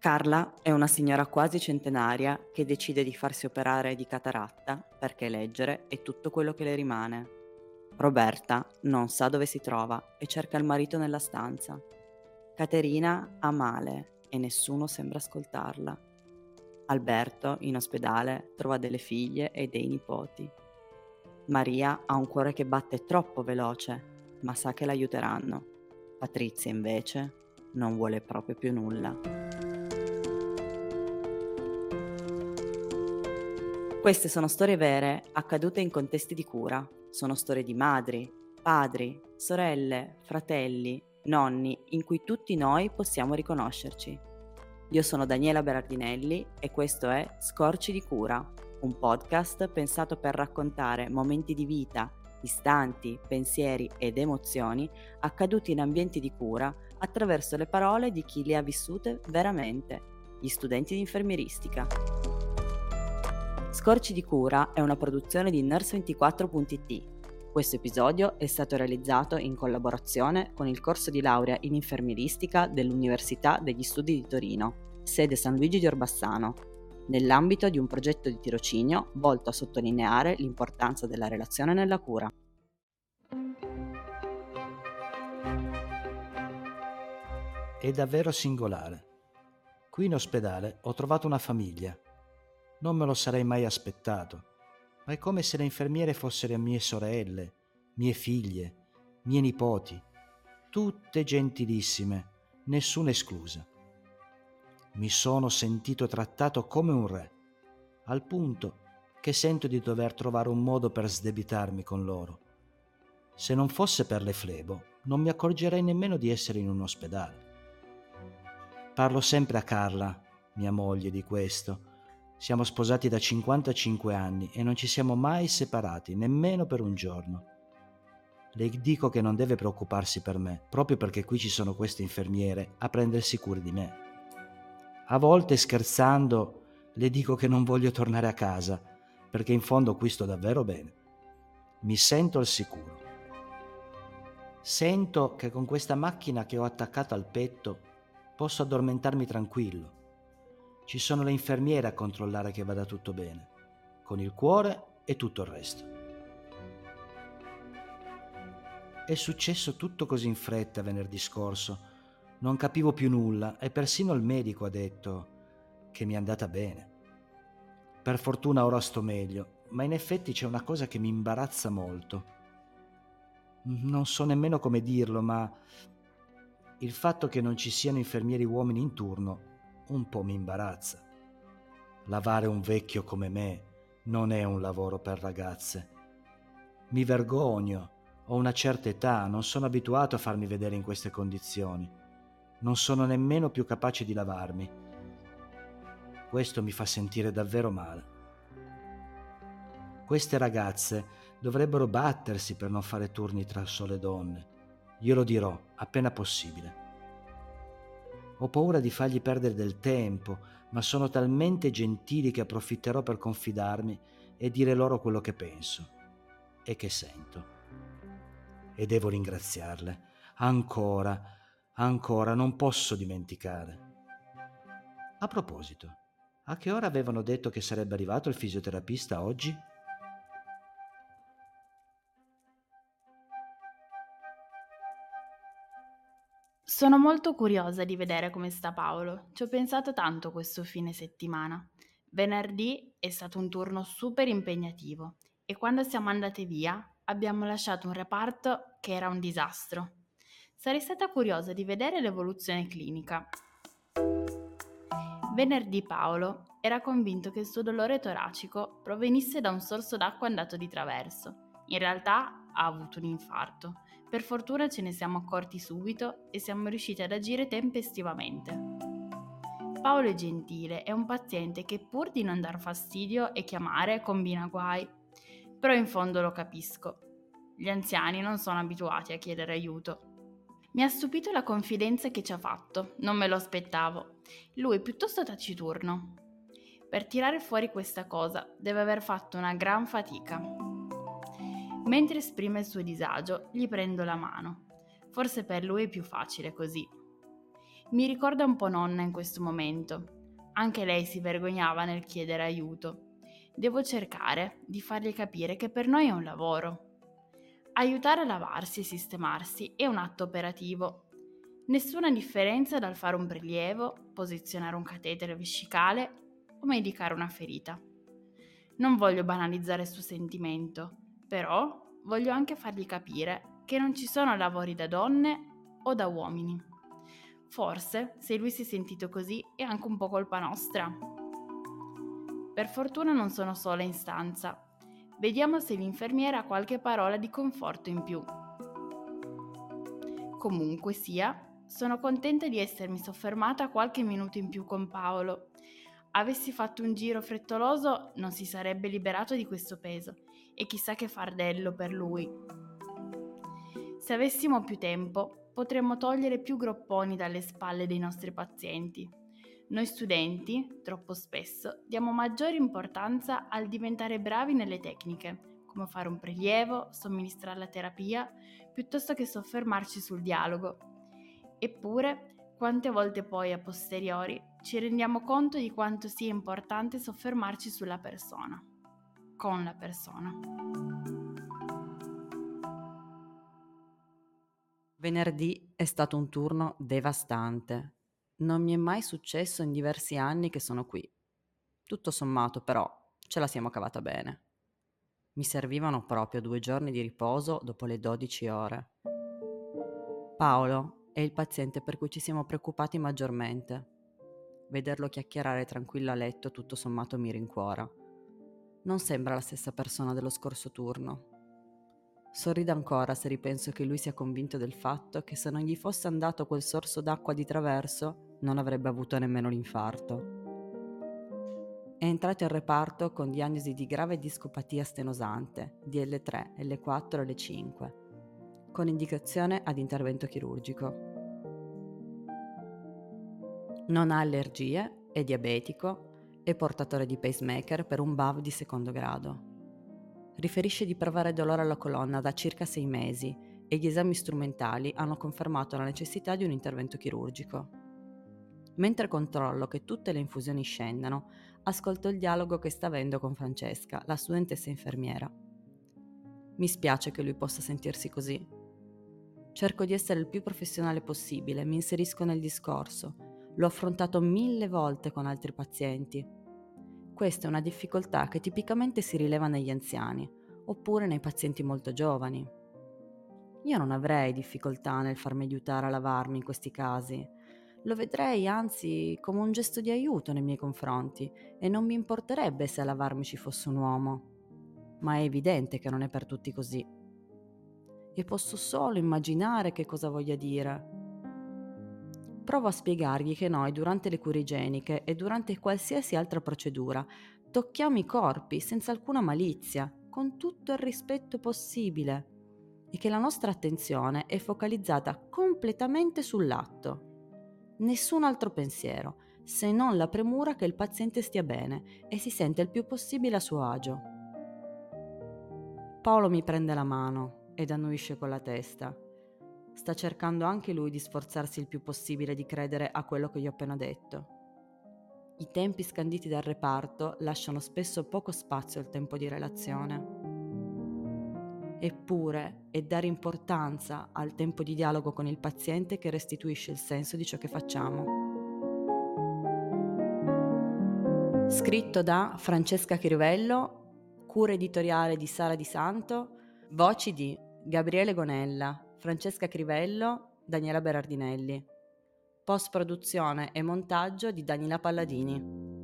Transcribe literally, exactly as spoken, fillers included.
Carla è una signora quasi centenaria che decide di farsi operare di cataratta perché leggere è tutto quello che le rimane. Roberta non sa dove si trova e cerca il marito nella stanza. Caterina ha male e nessuno sembra ascoltarla. Alberto, in ospedale, trova delle figlie e dei nipoti. Maria ha un cuore che batte troppo veloce, ma sa che l'aiuteranno. Patrizia, invece, non vuole proprio più nulla. Queste sono storie vere, accadute in contesti di cura. Sono storie di madri, padri, sorelle, fratelli, nonni, in cui tutti noi possiamo riconoscerci. Io sono Daniela Berardinelli e questo è Scorci di cura, un podcast pensato per raccontare momenti di vita, istanti, pensieri ed emozioni accaduti in ambienti di cura attraverso le parole di chi le ha vissute veramente, gli studenti di infermieristica. Scorci di cura è una produzione di nurse ventiquattro punto it. Questo episodio è stato realizzato in collaborazione con il corso di laurea in infermieristica dell'Università degli Studi di Torino, sede San Luigi di Orbassano, nell'ambito di un progetto di tirocinio volto a sottolineare l'importanza della relazione nella cura. È davvero singolare. Qui in ospedale ho trovato una famiglia. Non me lo sarei mai aspettato, ma è come se le infermiere fossero mie sorelle, mie figlie, mie nipoti, tutte gentilissime, nessuna esclusa. Mi sono sentito trattato come un re, al punto che sento di dover trovare un modo per sdebitarmi con loro. Se non fosse per le flebo, non mi accorgerei nemmeno di essere in un ospedale. Parlo sempre a Carla, mia moglie, di questo. Siamo sposati da cinquantacinque anni e non ci siamo mai separati, nemmeno per un giorno. Le dico che non deve preoccuparsi per me, proprio perché qui ci sono queste infermiere a prendersi cura di me. A volte, scherzando, le dico che non voglio tornare a casa, perché in fondo qui sto davvero bene. Mi sento al sicuro. Sento che con questa macchina che ho attaccato al petto posso addormentarmi tranquillo. Ci sono le infermiere a controllare che vada tutto bene, con il cuore e tutto il resto. È successo tutto così in fretta venerdì scorso, non capivo più nulla e persino il medico ha detto che mi è andata bene. Per fortuna ora sto meglio, ma in effetti c'è una cosa che mi imbarazza molto. Non so nemmeno come dirlo, ma il fatto che non ci siano infermieri uomini in turno un po' mi imbarazza. Lavare un vecchio come me non è un lavoro per ragazze. Mi vergogno, ho una certa età, non sono abituato a farmi vedere in queste condizioni. Non sono nemmeno più capace di lavarmi. Questo mi fa sentire davvero male. Queste ragazze dovrebbero battersi per non fare turni tra sole donne. Glielo dirò appena possibile. Ho paura di fargli perdere del tempo, ma sono talmente gentili che approfitterò per confidarmi e dire loro quello che penso e che sento. E devo ringraziarle. Ancora, ancora, non posso dimenticare. A proposito, a che ora avevano detto che sarebbe arrivato il fisioterapista oggi? Sono molto curiosa di vedere come sta Paolo. Ci ho pensato tanto questo fine settimana. Venerdì è stato un turno super impegnativo e quando siamo andate via abbiamo lasciato un reparto che era un disastro. Sarei stata curiosa di vedere l'evoluzione clinica. Venerdì Paolo era convinto che il suo dolore toracico provenisse da un sorso d'acqua andato di traverso. In realtà ha avuto un infarto. Per fortuna ce ne siamo accorti subito e siamo riusciti ad agire tempestivamente. Paolo è gentile, è un paziente che pur di non dar fastidio e chiamare combina guai. Però in fondo lo capisco. Gli anziani non sono abituati a chiedere aiuto. Mi ha stupito la confidenza che ci ha fatto, non me lo aspettavo. Lui è piuttosto taciturno. Per tirare fuori questa cosa deve aver fatto una gran fatica. Mentre esprime il suo disagio, gli prendo la mano. Forse per lui è più facile così. Mi ricorda un po' nonna in questo momento. Anche lei si vergognava nel chiedere aiuto. Devo cercare di fargli capire che per noi è un lavoro. Aiutare a lavarsi e sistemarsi è un atto operativo. Nessuna differenza dal fare un prelievo, posizionare un catetere vescicale o medicare una ferita. Non voglio banalizzare il suo sentimento, però voglio anche fargli capire che non ci sono lavori da donne o da uomini. Forse, se lui si è sentito così, è anche un po' colpa nostra. Per fortuna non sono sola in stanza. Vediamo se l'infermiera ha qualche parola di conforto in più. Comunque sia, sono contenta di essermi soffermata qualche minuto in più con Paolo. Avessi fatto un giro frettoloso, non si sarebbe liberato di questo peso, e chissà che fardello per lui. Se avessimo più tempo, potremmo togliere più gropponi dalle spalle dei nostri pazienti. Noi studenti, troppo spesso, diamo maggiore importanza al diventare bravi nelle tecniche, come fare un prelievo, somministrare la terapia, piuttosto che soffermarci sul dialogo. Eppure, quante volte poi a posteriori ci rendiamo conto di quanto sia importante soffermarci sulla persona, con la persona. Venerdì è stato un turno devastante. Non mi è mai successo in diversi anni che sono qui. Tutto sommato, però, ce la siamo cavata bene. Mi servivano proprio due giorni di riposo dopo le dodici ore. Paolo è il paziente per cui ci siamo preoccupati maggiormente. Vederlo chiacchierare tranquillo a letto tutto sommato mi rincuora. Non sembra la stessa persona dello scorso turno. Sorrido ancora se ripenso che lui sia convinto del fatto che se non gli fosse andato quel sorso d'acqua di traverso non avrebbe avuto nemmeno l'infarto. È entrato in reparto con diagnosi di grave discopatia stenosante, D L tre, L quattro e L cinque, con indicazione ad intervento chirurgico. Non ha allergie, è diabetico, è portatore di pacemaker per un B A V di secondo grado. Riferisce di provare dolore alla colonna da circa sei mesi e gli esami strumentali hanno confermato la necessità di un intervento chirurgico. Mentre controllo che tutte le infusioni scendano, ascolto il dialogo che sta avendo con Francesca, la studentessa infermiera. Mi spiace che lui possa sentirsi così. Cerco di essere il più professionale possibile, mi inserisco nel discorso. L'ho affrontato mille volte con altri pazienti. Questa è una difficoltà che tipicamente si rileva negli anziani, oppure nei pazienti molto giovani. Io non avrei difficoltà nel farmi aiutare a lavarmi in questi casi. Lo vedrei anzi come un gesto di aiuto nei miei confronti e non mi importerebbe se a lavarmi ci fosse un uomo. Ma è evidente che non è per tutti così. E posso solo immaginare che cosa voglia dire. Provo a spiegargli che noi durante le cure igieniche e durante qualsiasi altra procedura tocchiamo i corpi senza alcuna malizia, con tutto il rispetto possibile, e che la nostra attenzione è focalizzata completamente sull'atto. Nessun altro pensiero, se non la premura che il paziente stia bene e si sente il più possibile a suo agio. Paolo mi prende la mano ed annuisce con la testa. Sta cercando anche lui di sforzarsi il più possibile di credere a quello che gli ho appena detto. I tempi scanditi dal reparto lasciano spesso poco spazio al tempo di relazione. Eppure è dare importanza al tempo di dialogo con il paziente che restituisce il senso di ciò che facciamo. Scritto da Francesca Chirivello, cura editoriale di Sara Di Santo, voci di Gabriele Gonella, Francesca Crivello, Daniela Berardinelli. Post produzione e montaggio di Daniela Palladini.